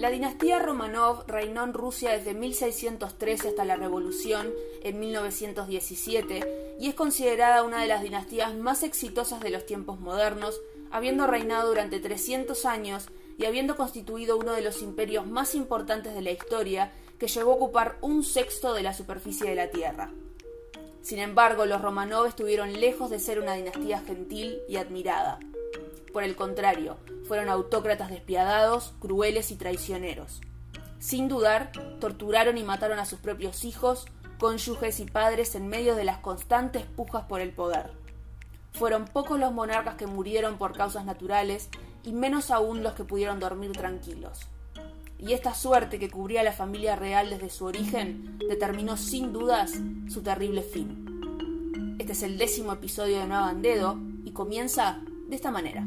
La dinastía Romanov reinó en Rusia desde 1613 hasta la Revolución en 1917 y es considerada una de las dinastías más exitosas de los tiempos modernos, habiendo reinado durante 300 años y habiendo constituido uno de los imperios más importantes de la historia, que llegó a ocupar 1/6 de la superficie de la Tierra. Sin embargo, los Romanov estuvieron lejos de ser una dinastía gentil y admirada. Por el contrario, fueron autócratas despiadados, crueles y traicioneros. Sin dudar, torturaron y mataron a sus propios hijos, cónyuges y padres en medio de las constantes pujas por el poder. Fueron pocos los monarcas que murieron por causas naturales y menos aún los que pudieron dormir tranquilos. Y esta suerte que cubría a la familia real desde su origen determinó sin dudas su terrible fin. Este es el 10º episodio de Nueva Bandedo y comienza de esta manera.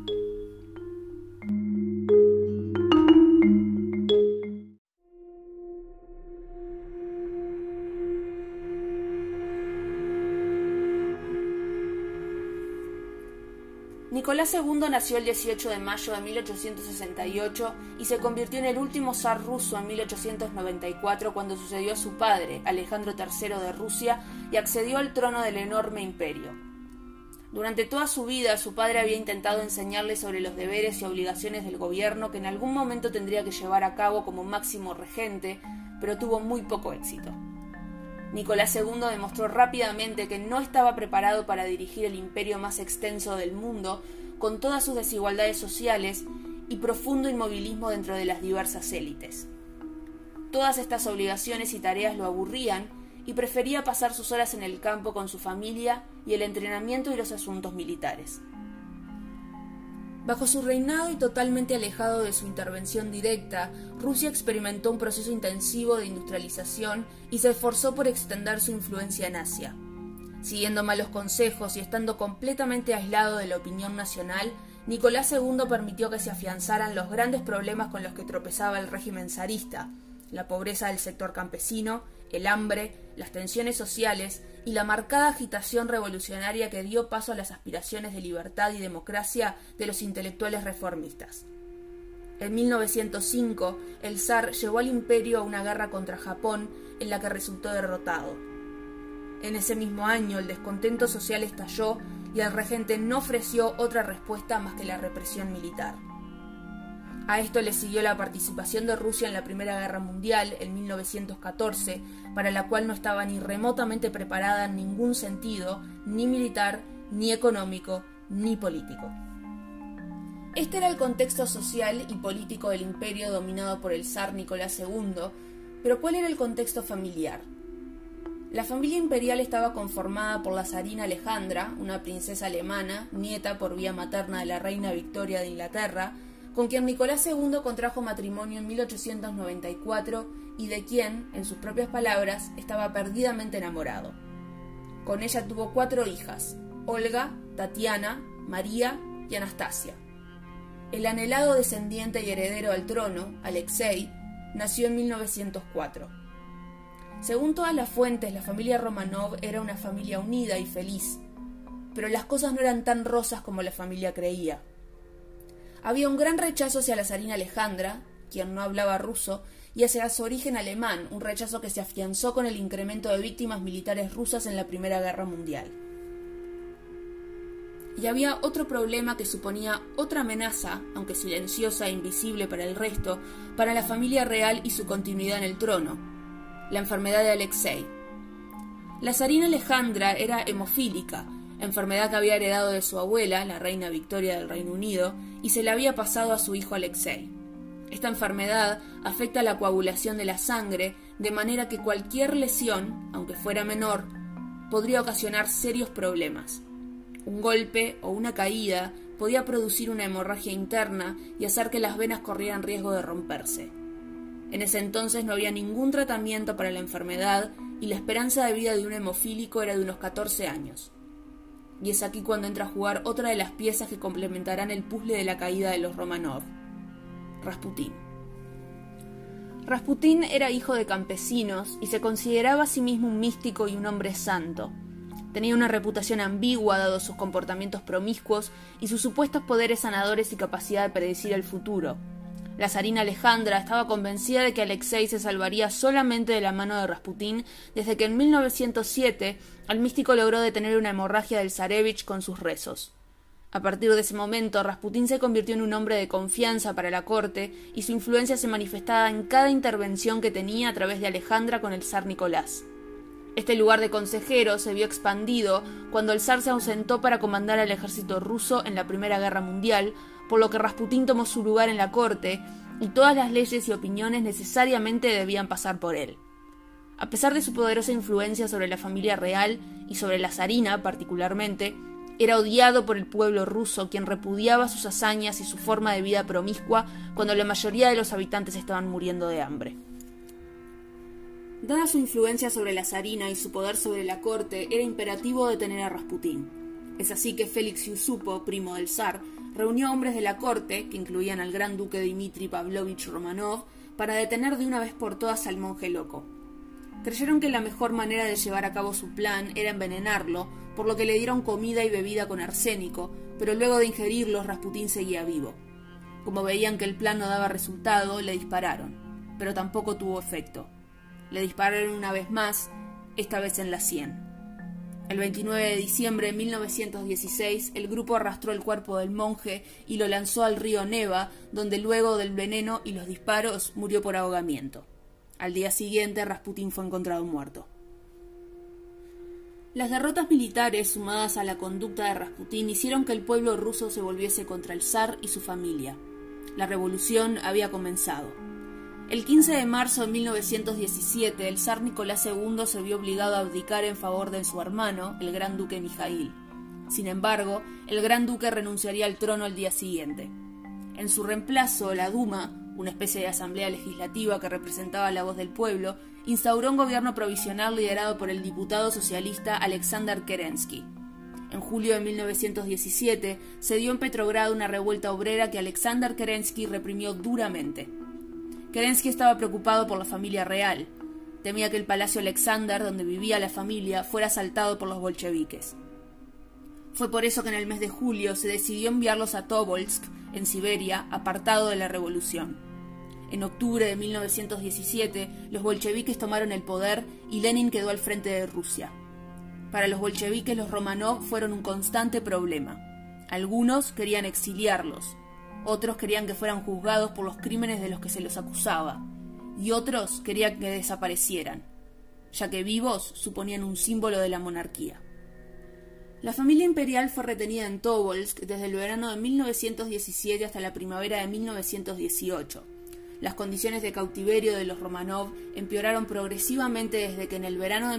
Nicolás II nació el 18 de mayo de 1868 y se convirtió en el último zar ruso en 1894 cuando sucedió a su padre, Alejandro III de Rusia, y accedió al trono del enorme imperio. Durante toda su vida, su padre había intentado enseñarle sobre los deberes y obligaciones del gobierno que en algún momento tendría que llevar a cabo como máximo regente, pero tuvo muy poco éxito. Nicolás II demostró rápidamente que no estaba preparado para dirigir el imperio más extenso del mundo, con todas sus desigualdades sociales y profundo inmovilismo dentro de las diversas élites. Todas estas obligaciones y tareas lo aburrían y prefería pasar sus horas en el campo con su familia y el entrenamiento y los asuntos militares. Bajo su reinado y totalmente alejado de su intervención directa, Rusia experimentó un proceso intensivo de industrialización y se esforzó por extender su influencia en Asia. Siguiendo malos consejos y estando completamente aislado de la opinión nacional, Nicolás II permitió que se afianzaran los grandes problemas con los que tropezaba el régimen zarista: la pobreza del sector campesino, el hambre, las tensiones sociales y la marcada agitación revolucionaria que dio paso a las aspiraciones de libertad y democracia de los intelectuales reformistas. En 1905, el zar llevó al imperio a una guerra contra Japón en la que resultó derrotado. En ese mismo año, el descontento social estalló y el regente no ofreció otra respuesta más que la represión militar. A esto le siguió la participación de Rusia en la Primera Guerra Mundial en 1914, para la cual no estaba ni remotamente preparada en ningún sentido, ni militar, ni económico, ni político. Este era el contexto social y político del imperio dominado por el zar Nicolás II, pero ¿cuál era el contexto familiar? La familia imperial estaba conformada por la zarina Alejandra, una princesa alemana, nieta por vía materna de la reina Victoria de Inglaterra, con quien Nicolás II contrajo matrimonio en 1894 y de quien, en sus propias palabras, estaba perdidamente enamorado. Con ella tuvo 4 hijas: Olga, Tatiana, María y Anastasia. El anhelado descendiente y heredero al trono, Alexei, nació en 1904. Según todas las fuentes, la familia Romanov era una familia unida y feliz, pero las cosas no eran tan rosas como la familia creía. Había un gran rechazo hacia la zarina Alejandra, quien no hablaba ruso, y hacia su origen alemán, un rechazo que se afianzó con el incremento de víctimas militares rusas en la Primera Guerra Mundial. Y había otro problema que suponía otra amenaza, aunque silenciosa e invisible para el resto, para la familia real y su continuidad en el trono: la enfermedad de Alexei. La zarina Alejandra era hemofílica, enfermedad que había heredado de su abuela, la reina Victoria del Reino Unido, y se la había pasado a su hijo Alexei. Esta enfermedad afecta la coagulación de la sangre, de manera que cualquier lesión, aunque fuera menor, podría ocasionar serios problemas. Un golpe o una caída podía producir una hemorragia interna y hacer que las venas corrieran riesgo de romperse. En ese entonces no había ningún tratamiento para la enfermedad y la esperanza de vida de un hemofílico era de unos 14 años. Y es aquí cuando entra a jugar otra de las piezas que complementarán el puzzle de la caída de los Romanov: Rasputín. Rasputín era hijo de campesinos y se consideraba a sí mismo un místico y un hombre santo. Tenía una reputación ambigua dado sus comportamientos promiscuos y sus supuestos poderes sanadores y capacidad de predecir el futuro. La zarina Alejandra estaba convencida de que Alexei se salvaría solamente de la mano de Rasputín desde que en 1907 el místico logró detener una hemorragia del zarevich con sus rezos. A partir de ese momento, Rasputín se convirtió en un hombre de confianza para la corte y su influencia se manifestaba en cada intervención que tenía a través de Alejandra con el zar Nicolás. Este lugar de consejero se vio expandido cuando el zar se ausentó para comandar al ejército ruso en la Primera Guerra Mundial, por lo que Rasputín tomó su lugar en la corte y todas las leyes y opiniones necesariamente debían pasar por él. A pesar de su poderosa influencia sobre la familia real y sobre la zarina particularmente, era odiado por el pueblo ruso, quien repudiaba sus hazañas y su forma de vida promiscua cuando la mayoría de los habitantes estaban muriendo de hambre. Dada su influencia sobre la zarina y su poder sobre la corte, era imperativo detener a Rasputín. Es así que Félix Yusupov, primo del zar, reunió a hombres de la corte, que incluían al gran duque Dmitri Pavlovich Romanov, para detener de una vez por todas al monje loco. Creyeron que la mejor manera de llevar a cabo su plan era envenenarlo, por lo que le dieron comida y bebida con arsénico, pero luego de ingerirlos Rasputín seguía vivo. Como veían que el plan no daba resultado, le dispararon, pero tampoco tuvo efecto. Le dispararon una vez más, esta vez en la sien. El 29 de diciembre de 1916, el grupo arrastró el cuerpo del monje y lo lanzó al río Neva, donde luego del veneno y los disparos murió por ahogamiento. Al día siguiente, Rasputín fue encontrado muerto. Las derrotas militares, sumadas a la conducta de Rasputín, hicieron que el pueblo ruso se volviese contra el zar y su familia. La revolución había comenzado. El 15 de marzo de 1917, el zar Nicolás II se vio obligado a abdicar en favor de su hermano, el gran duque Mijaíl. Sin embargo, el gran duque renunciaría al trono al día siguiente. En su reemplazo, la Duma, una especie de asamblea legislativa que representaba la voz del pueblo, instauró un gobierno provisional liderado por el diputado socialista Alexander Kerensky. En julio de 1917 se dio en Petrogrado una revuelta obrera que Alexander Kerensky reprimió duramente. Kerensky estaba preocupado por la familia real. Temía que el Palacio Alexander, donde vivía la familia, fuera asaltado por los bolcheviques. Fue por eso que en el mes de julio se decidió enviarlos a Tobolsk, en Siberia, apartado de la revolución. En octubre de 1917, los bolcheviques tomaron el poder y Lenin quedó al frente de Rusia. Para los bolcheviques, los Romanov fueron un constante problema. Algunos querían exiliarlos, otros querían que fueran juzgados por los crímenes de los que se los acusaba, y otros querían que desaparecieran, ya que vivos suponían un símbolo de la monarquía. La familia imperial fue retenida en Tobolsk desde el verano de 1917 hasta la primavera de 1918. Las condiciones de cautiverio de los Romanov empeoraron progresivamente desde que en el verano de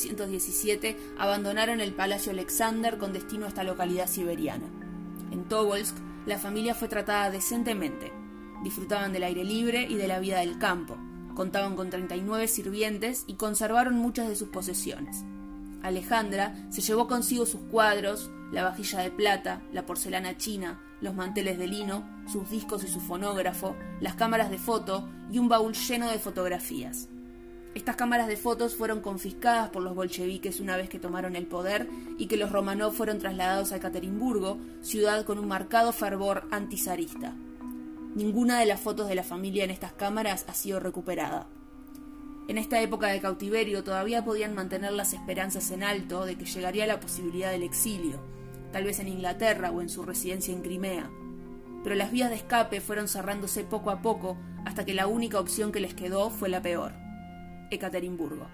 1917 abandonaron el Palacio Alexander con destino a esta localidad siberiana. En Tobolsk, la familia fue tratada decentemente. Disfrutaban del aire libre y de la vida del campo. Contaban con 39 sirvientes y conservaron muchas de sus posesiones. Alejandra se llevó consigo sus cuadros, la vajilla de plata, la porcelana china, los manteles de lino, sus discos y su fonógrafo, las cámaras de foto y un baúl lleno de fotografías. Estas cámaras de fotos fueron confiscadas por los bolcheviques una vez que tomaron el poder y que los Romanov fueron trasladados a Ekaterimburgo, ciudad con un marcado fervor antizarista. Ninguna de las fotos de la familia en estas cámaras ha sido recuperada. En esta época de cautiverio todavía podían mantener las esperanzas en alto de que llegaría la posibilidad del exilio, tal vez en Inglaterra o en su residencia en Crimea. Pero las vías de escape fueron cerrándose poco a poco hasta que la única opción que les quedó fue la peor: Ekaterimburgo.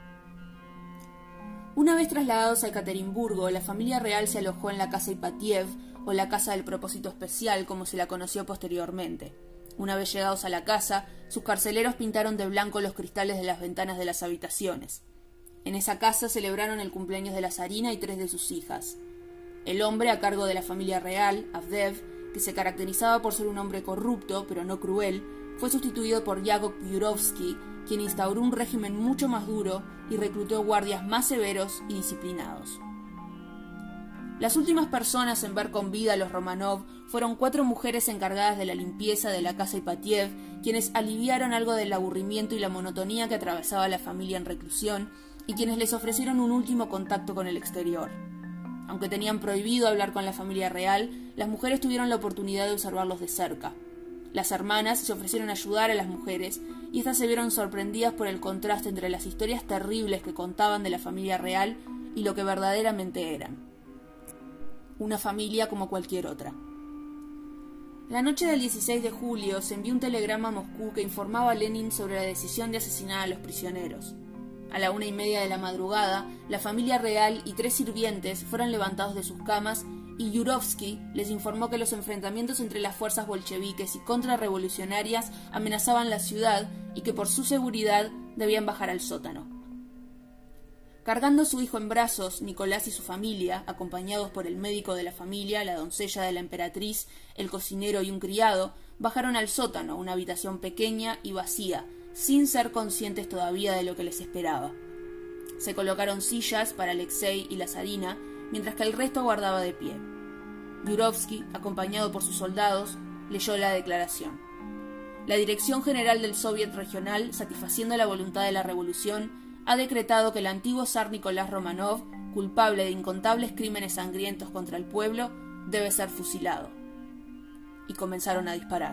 Una vez trasladados a Ekaterimburgo, la familia real se alojó en la casa Ipatiev, o la casa del propósito especial, como se la conoció posteriormente. Una vez llegados a la casa, sus carceleros pintaron de blanco los cristales de las ventanas de las habitaciones. En esa casa celebraron el cumpleaños de la zarina y 3 de sus hijas. El hombre a cargo de la familia real, Avdev, que se caracterizaba por ser un hombre corrupto, pero no cruel, fue sustituido por Yakov Yurovsky, quien instauró un régimen mucho más duro y reclutó guardias más severos y disciplinados. Las últimas personas en ver con vida a los Romanov fueron 4 mujeres encargadas de la limpieza de la casa Ipatiev, quienes aliviaron algo del aburrimiento y la monotonía que atravesaba la familia en reclusión y quienes les ofrecieron un último contacto con el exterior. Aunque tenían prohibido hablar con la familia real, las mujeres tuvieron la oportunidad de observarlos de cerca. Las hermanas se ofrecieron a ayudar a las mujeres, y éstas se vieron sorprendidas por el contraste entre las historias terribles que contaban de la familia real y lo que verdaderamente eran. Una familia como cualquier otra. La noche del 16 de julio se envió un telegrama a Moscú que informaba a Lenin sobre la decisión de asesinar a los prisioneros. A la 1:30 de la madrugada, la familia real y 3 sirvientes fueron levantados de sus camas y Yurovsky les informó que los enfrentamientos entre las fuerzas bolcheviques y contrarrevolucionarias amenazaban la ciudad y que por su seguridad debían bajar al sótano. Cargando a su hijo en brazos, Nicolás y su familia, acompañados por el médico de la familia, la doncella de la emperatriz, el cocinero y un criado, bajaron al sótano, una habitación pequeña y vacía, sin ser conscientes todavía de lo que les esperaba. Se colocaron sillas para Alexei y la zarina, mientras que el resto aguardaba de pie. Yurovsky, acompañado por sus soldados, leyó la declaración. La Dirección General del Soviet Regional, satisfaciendo la voluntad de la revolución, ha decretado que el antiguo zar Nicolás Romanov, culpable de incontables crímenes sangrientos contra el pueblo, debe ser fusilado. Y comenzaron a disparar.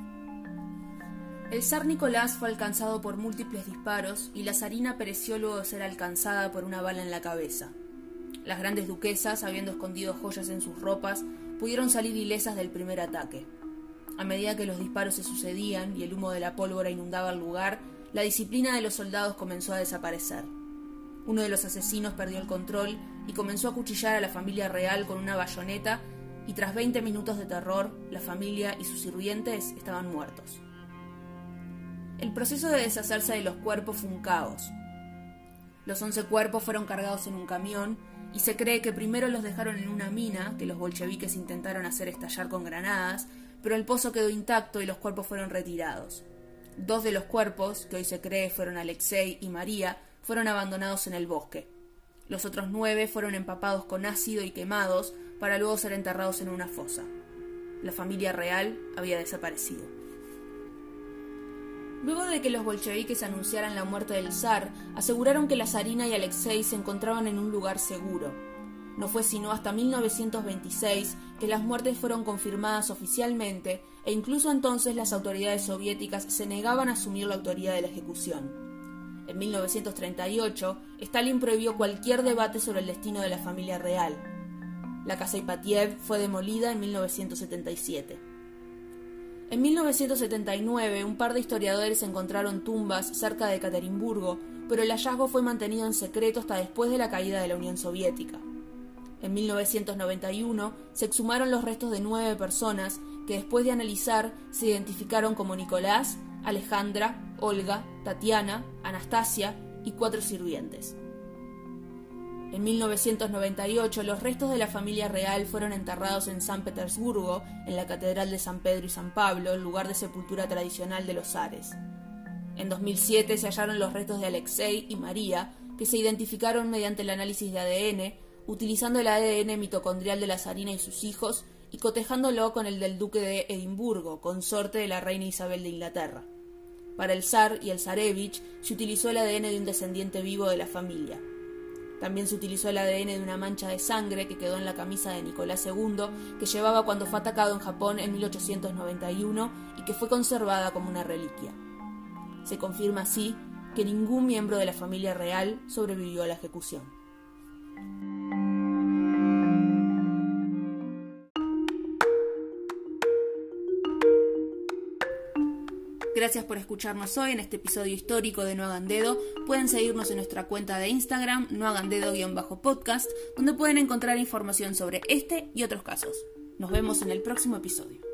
El zar Nicolás fue alcanzado por múltiples disparos y la zarina pereció luego de ser alcanzada por una bala en la cabeza. Las grandes duquesas, habiendo escondido joyas en sus ropas, pudieron salir ilesas del primer ataque. A medida que los disparos se sucedían y el humo de la pólvora inundaba el lugar, la disciplina de los soldados comenzó a desaparecer. Uno de los asesinos perdió el control y comenzó a acuchillar a la familia real con una bayoneta, y tras 20 minutos de terror, la familia y sus sirvientes estaban muertos. El proceso de deshacerse de los cuerpos fue un caos. Los 11 cuerpos fueron cargados en un camión, y se cree que primero los dejaron en una mina, que los bolcheviques intentaron hacer estallar con granadas, pero el pozo quedó intacto y los cuerpos fueron retirados. 2 de los cuerpos, que hoy se cree fueron Alexei y María, fueron abandonados en el bosque. Los otros 9 fueron empapados con ácido y quemados para luego ser enterrados en una fosa. La familia real había desaparecido. Luego de que los bolcheviques anunciaran la muerte del zar, aseguraron que la zarina y Alexei se encontraban en un lugar seguro. No fue sino hasta 1926 que las muertes fueron confirmadas oficialmente, e incluso entonces las autoridades soviéticas se negaban a asumir la autoría de la ejecución. En 1938, Stalin prohibió cualquier debate sobre el destino de la familia real. La casa Ipatiev fue demolida en 1977. En 1979, un par de historiadores encontraron tumbas cerca de Ekaterimburgo, pero el hallazgo fue mantenido en secreto hasta después de la caída de la Unión Soviética. En 1991 se exhumaron los restos de 9 personas que después de analizar se identificaron como Nicolás, Alejandra, Olga, Tatiana, Anastasia y 4 sirvientes. En 1998 los restos de la familia real fueron enterrados en San Petersburgo, en la Catedral de San Pedro y San Pablo, el lugar de sepultura tradicional de los zares. En 2007 se hallaron los restos de Alexei y María, que se identificaron mediante el análisis de ADN, utilizando el ADN mitocondrial de la zarina y sus hijos y cotejándolo con el del duque de Edimburgo, consorte de la reina Isabel de Inglaterra. Para el zar y el zarevich se utilizó el ADN de un descendiente vivo de la familia. También se utilizó el ADN de una mancha de sangre que quedó en la camisa de Nicolás II, que llevaba cuando fue atacado en Japón en 1891 y que fue conservada como una reliquia. Se confirma así que ningún miembro de la familia real sobrevivió a la ejecución. Gracias por escucharnos hoy en este episodio histórico de No Hagan Dedo. Pueden seguirnos en nuestra cuenta de Instagram, nohagandedo_podcast, donde pueden encontrar información sobre este y otros casos. Nos vemos en el próximo episodio.